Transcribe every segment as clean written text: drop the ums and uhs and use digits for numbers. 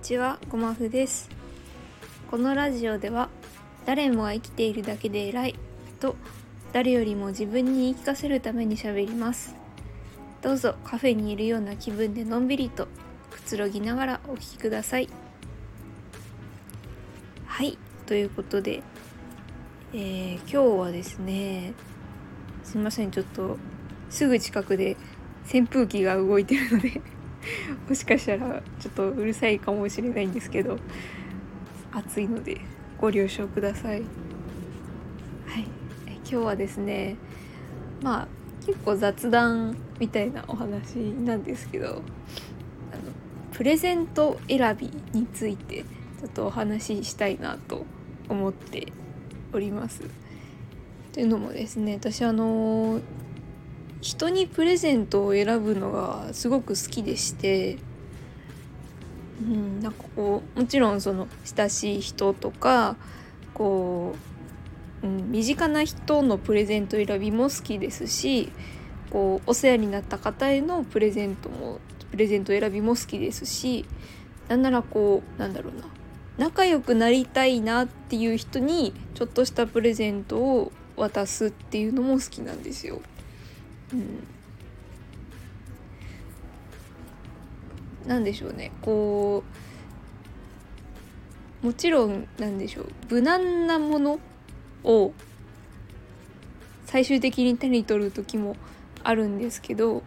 ちは、ごまふです。このラジオでは誰もが生きているだけで偉いと誰よりも自分に言い聞かせるために喋ります。どうぞカフェにいるような気分でのんびりとくつろぎながらお聞きください。はい、ということで、今日はですね、すみません、ちょっとすぐ近くで扇風機が動いてるのでもしかしたらちょっとうるさいかもしれないんですけど、暑いのでご了承ください。はい、今日はですね、結構雑談みたいなお話なんですけど、プレゼント選びについてちょっとお話ししたいなと思っております。というのもですね、私人にプレゼントを選ぶのがすごく好きでして、なんかこうもちろんその親しい人とか身近な人のプレゼント選びも好きですし、お世話になった方へのプレゼント選びも好きですし、なんなら仲良くなりたいなっていう人にちょっとしたプレゼントを渡すっていうのも好きなんですよ。なんでしょうね、もちろん無難なものを最終的に手に取る時もあるんですけど、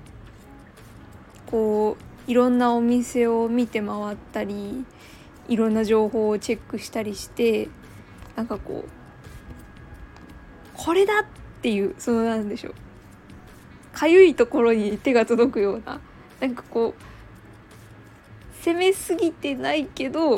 いろんなお店を見て回ったり、いろんな情報をチェックしたりして、これだっていう、かゆいところに手が届くような、攻めすぎてないけど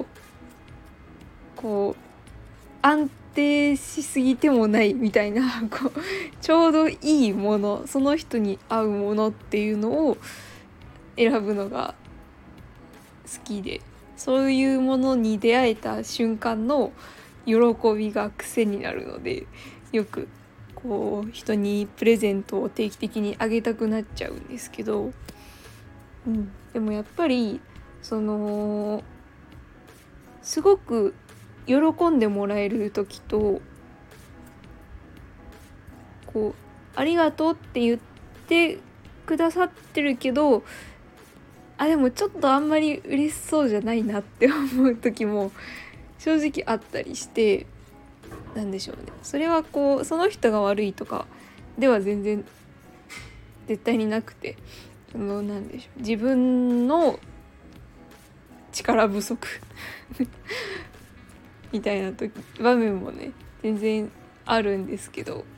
安定しすぎてもないみたいなちょうどいいもの、その人に合うものっていうのを選ぶのが好きで、そういうものに出会えた瞬間の喜びが癖になるので、よく人にプレゼントを定期的にあげたくなっちゃうんですけど、でもやっぱりすごく喜んでもらえる時と、ありがとうって言ってくださってるけど、でもちょっとあんまり嬉しそうじゃないなって思う時も正直あったりして、それはその人が悪いとかでは全然絶対になくて、自分の力不足みたいな場面もね全然あるんですけど、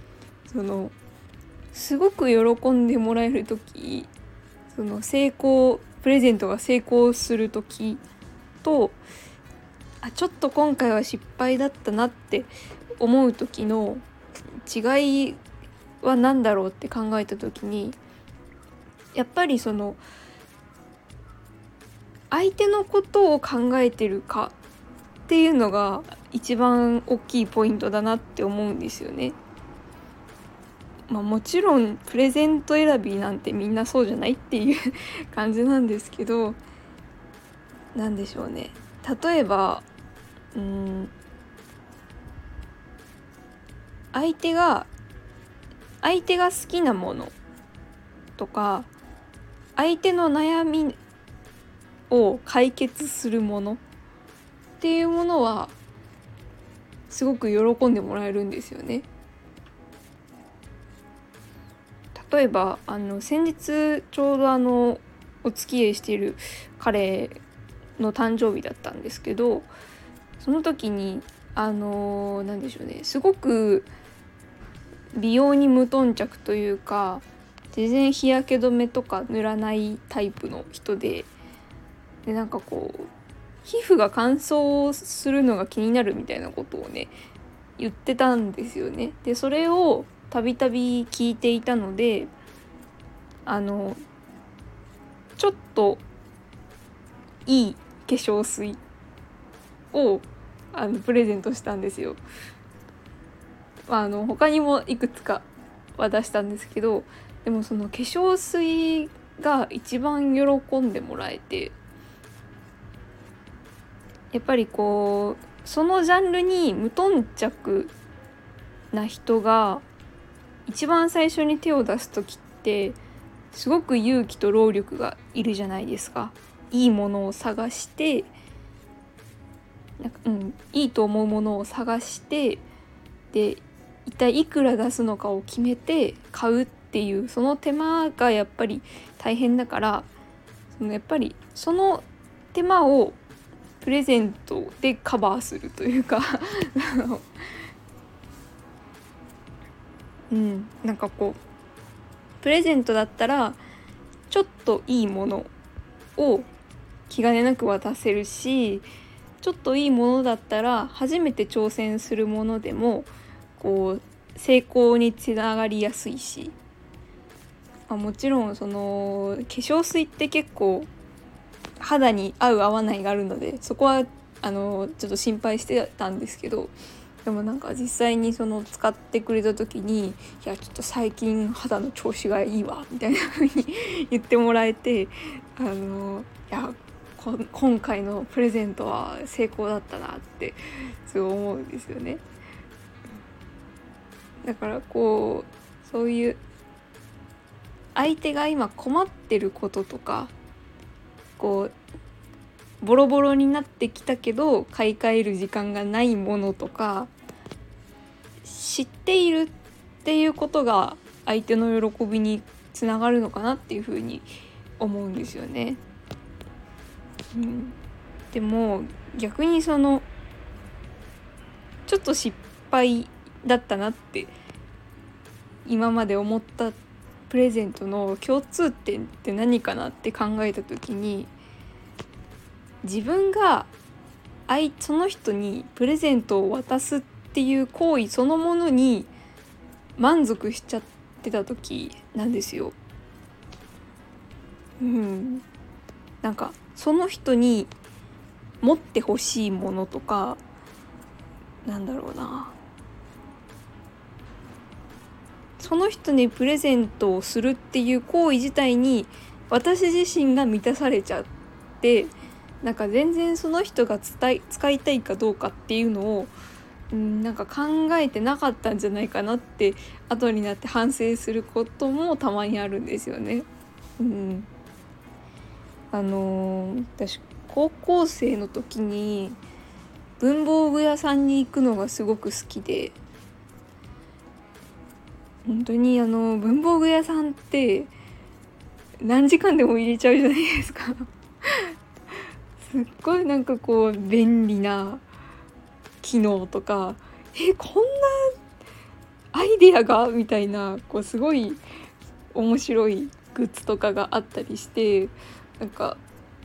すごく喜んでもらえる時、プレゼントが成功する時と、ちょっと今回は失敗だったなって思う時の違いは何だろうって考えた時に、やっぱり相手のことを考えてるかっていうのが一番大きいポイントだなって思うんですよね。もちろんプレゼント選びなんてみんなそうじゃないっていう感じなんですけど、例えば相手が好きなものとか、相手の悩みを解決するものっていうものはすごく喜んでもらえるんですよね。例えば先日ちょうどお付き合いしている彼の誕生日だったんですけど、その時にすごく美容に無頓着というか、全然日焼け止めとか塗らないタイプの人で、皮膚が乾燥するのが気になるみたいなことをね言ってたんですよね。でそれをたびたび聞いていたので、ちょっといい化粧水をプレゼントしたんですよ。他にもいくつかは出したんですけど、でもその化粧水が一番喜んでもらえて、 やっぱりこうそのジャンルに無頓着な人が一番最初に手を出す時ってすごく勇気と労力がいるじゃないですか。いいものを探していいと思うものを探してで一体いくら出すのかを決めて買うっていうその手間がやっぱり大変だから、やっぱりその手間をプレゼントでカバーするというかなんかこうプレゼントだったらちょっといいものを気兼ねなく渡せるし、ちょっといいものだったら初めて挑戦するものでもこう成功につながりやすいし、もちろんその化粧水って結構肌に合う合わないがあるので、そこはちょっと心配してたんですけど、でもなんか実際にその使ってくれた時にいやちょっと最近肌の調子がいいわみたいな風に言ってもらえて、いや今回のプレゼントは成功だったなってすごい思うんですよね。だからこうそういう相手が今困ってることとか、こうボロボロになってきたけど買い替える時間がないものとか知っているっていうことが相手の喜びにつながるのかなっていうふうに思うんですよね。でも逆にそのちょっと失敗だったなって今まで思ったプレゼントの共通点って何かなって考えた時に、自分がその人にプレゼントを渡すっていう行為そのものに満足しちゃってた時なんですよ。なんかその人に持ってほしいものとか、なんだろうな、その人にプレゼントをするっていう行為自体に私自身が満たされちゃって、なんか全然その人が使いたいかどうかっていうのをなんか考えてなかったんじゃないかなって後になって反省することもたまにあるんですよね。私高校生の時に文房具屋さんに行くのがすごく好きで、本当に文房具屋さんって何時間でも入れちゃうじゃないですかすっごいなんかこう便利な機能とか、こんなアイデアがみたいな、こうすごい面白いグッズとかがあったりして、なんか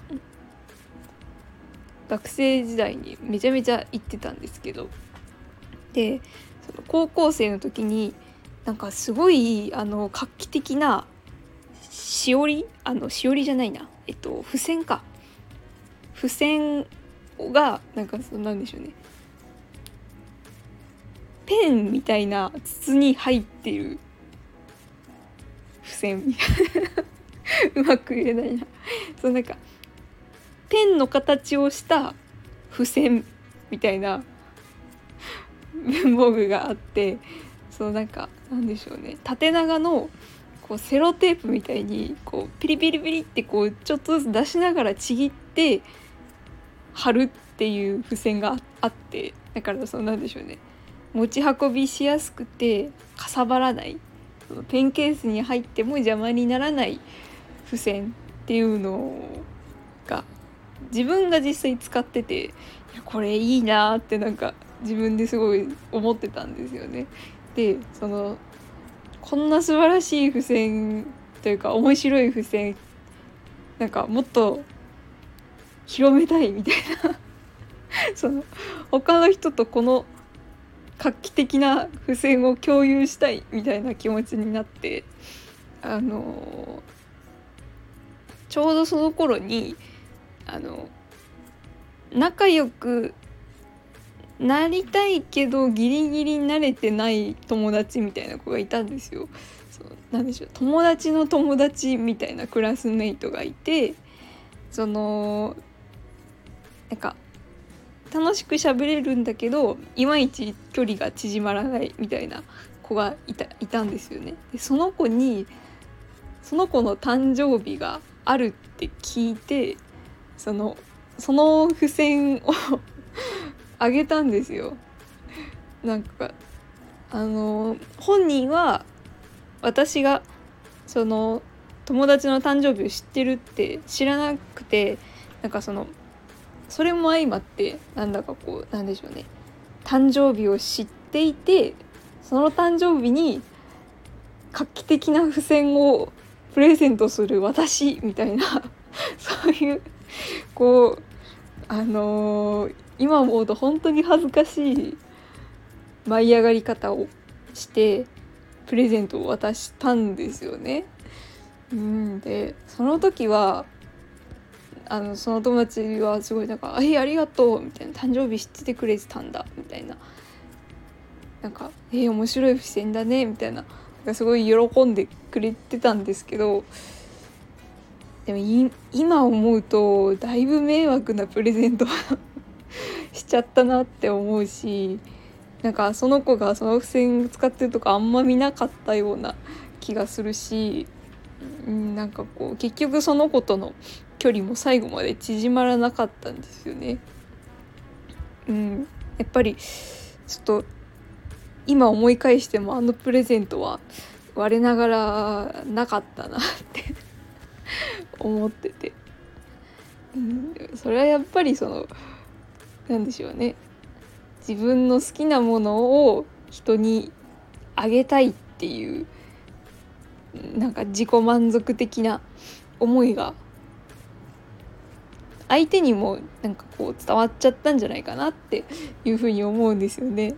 学生時代にめちゃめちゃ行ってたんですけど、でその高校生の時になんかすごい画期的なしおりじゃないな、付箋か、付箋がなんかなんでしょうね、ペンみたいな筒に入ってる付箋みたいなうまく言えないなそうなんかペンの形をした付箋みたいな文房具があって、なんかなんでしょうね、縦長のこうセロテープみたいにこうピリピリピリってこうちょっとずつ出しながらちぎって貼るっていう付箋があって、だからなんでしょうね、持ち運びしやすくてかさばらない、ペンケースに入っても邪魔にならない付箋っていうのが自分が実際使ってて、いやこれいいなってなんか自分ですごい思ってたんですよね。でこんな素晴らしい付箋というか面白い付箋なんかもっと広めたいみたいな他の人とこの画期的な付箋を共有したいみたいな気持ちになって、ちょうどその頃に仲良くなりたいけどギリギリ慣れてない友達みたいな子がいたんですよ。なんでしょう、友達の友達みたいなクラスメイトがいて、なんか楽しく喋れるんだけどいまいち距離が縮まらないみたいな子がいたんですよね。でその子の誕生日があるって聞いてその付箋をあげたんですよ。なんか本人は私がその友達の誕生日を知ってるって知らなくて、なんかそれも相まってなんだかこうなんでしょうね、誕生日を知っていてその誕生日に画期的な付箋をプレゼントする私みたいなそういうこう今思うと本当に恥ずかしい舞い上がり方をしてプレゼントを渡したんですよね。でその時はその友達はすごいなんか「ありがとう」みたいな、誕生日知っててくれてたんだみたいな、なんか面白い付箋だねみたいな、すごい喜んでくれてたんですけど、でも今思うとだいぶ迷惑なプレゼントしちゃったなって思うし、なんかその子がその付箋使ってるとかあんま見なかったような気がするし、なんかこう結局その子との距離も最後まで縮まらなかったんですよね。やっぱりちょっと今思い返してもプレゼントは我ながらなかったなって思ってて、それはやっぱりなんでしょうね、自分の好きなものを人にあげたいっていうなんか自己満足的な思いが相手にもなんかこう伝わっちゃったんじゃないかなっていうふうに思うんですよね。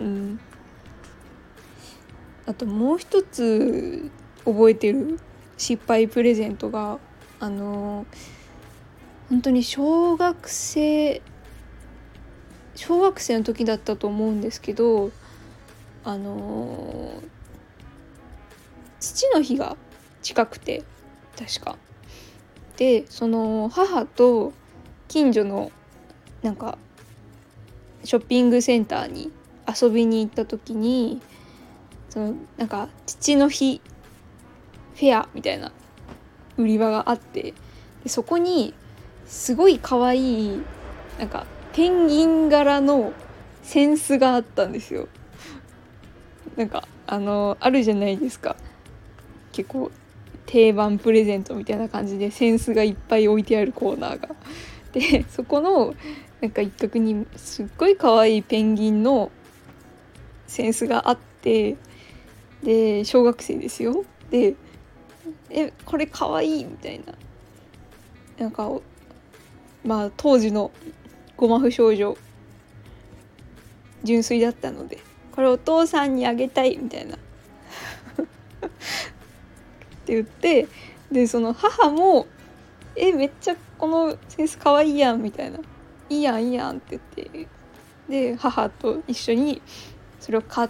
あともう一つ覚えてる失敗プレゼントが本当に小学生の時だったと思うんですけど、父の日が近くて確かで、その母と近所のなんかショッピングセンターに遊びに行った時になんか父の日フェアみたいな売り場があって、でそこにすごい可愛いなんかペンギン柄の扇子があったんですよ。なんかあるじゃないですか、結構定番プレゼントみたいな感じで扇子がいっぱい置いてあるコーナーがで、そこのなんか一角にすっごい可愛いペンギンの扇子があって、で小学生ですよ。でこれ可愛いみたいな、なんか当時のゴマフ少女純粋だったので、これお父さんにあげたいみたいなって言って、でその母もめっちゃこのセンス可愛いやんみたいな、いいやんいいやんって言って、で母と一緒にそれを買って、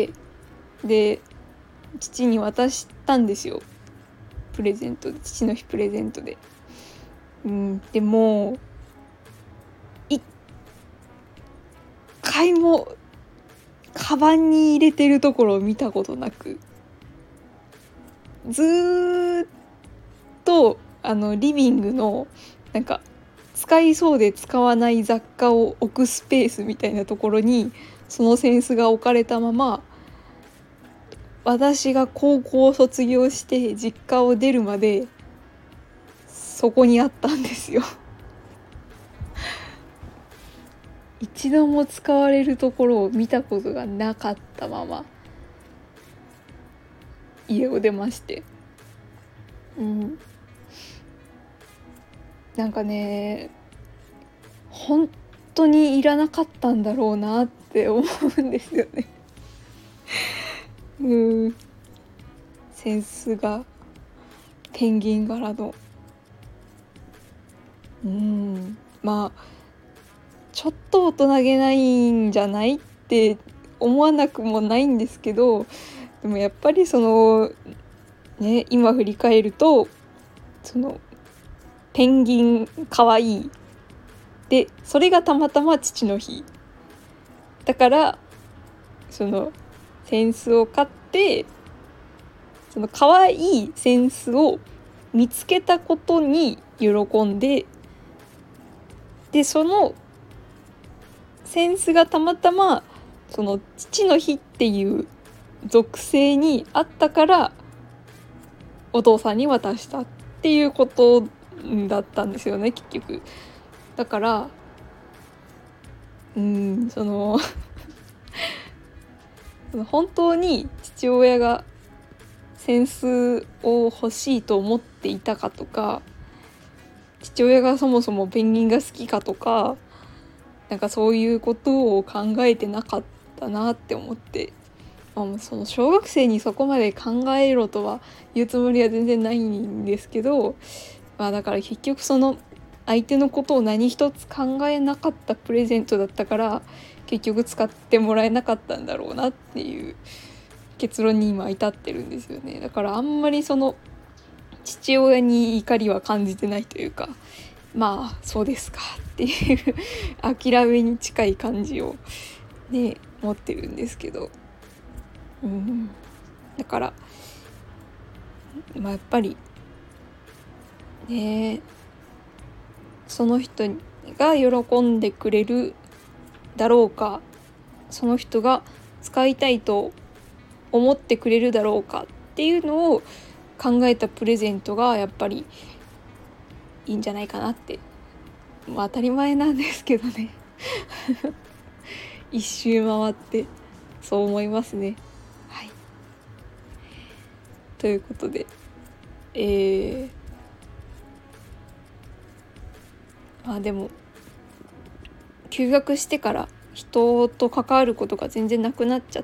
で父に渡したんですよ、父の日プレゼントで。でも一回もカバンに入れてるところを見たことなく、ずーっとリビングのなんか使いそうで使わない雑貨を置くスペースみたいなところにその扇子が置かれたまま、私が高校を卒業して実家を出るまでそこにあったんですよ一度も使われるところを見たことがなかったまま家を出まして、なんかね、本当にいらなかったんだろうなって思うんですよねセンスがペンギン柄のちょっと大人げないんじゃないって思わなくもないんですけど、でもやっぱり今振り返るとペンギンかわいいでそれがたまたま父の日だから、その扇子を買って、その可愛い扇子を見つけたことに喜んで、でその扇子がたまたまその父の日っていう属性にあったからお父さんに渡したっていうことだったんですよね、結局。だからその本当に父親が扇子を欲しいと思っていたかとか、父親がそもそもペンギンが好きかとか、なんかそういうことを考えてなかったなって思って、その小学生にそこまで考えろとは言うつもりは全然ないんですけど、だから結局その相手のことを何一つ考えなかったプレゼントだったから、結局使ってもらえなかったんだろうなっていう結論に今至ってるんですよね。だからあんまりその父親に怒りは感じてないというか、そうですかっていう諦めに近い感じをね持ってるんですけど、だからやっぱりね、その人が喜んでくれるだろうか、その人が使いたいと思ってくれるだろうかっていうのを考えたプレゼントがやっぱりいいんじゃないかなって、当たり前なんですけどね一周回ってそう思いますね。はい、ということででも休学してから人と関わることが全然なくなっちゃって、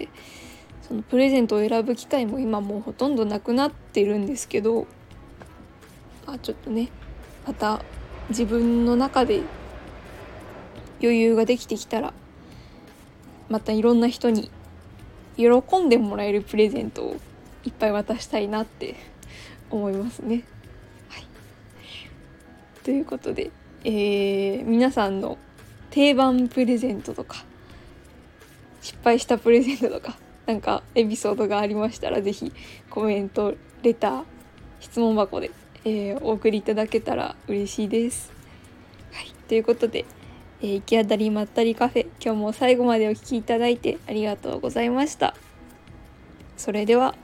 そのプレゼントを選ぶ機会も今もうほとんどなくなってるんですけど、ちょっとねまた自分の中で余裕ができてきたら、またいろんな人に喜んでもらえるプレゼントをいっぱい渡したいなって思いますね。はい、ということで、皆さんの定番プレゼントとか失敗したプレゼントとかなんかエピソードがありましたら、ぜひコメント、レター、質問箱で、お送りいただけたら嬉しいです。はい、ということで、行き当たりまったりカフェ、今日も最後までお聞きいただいてありがとうございました。それでは。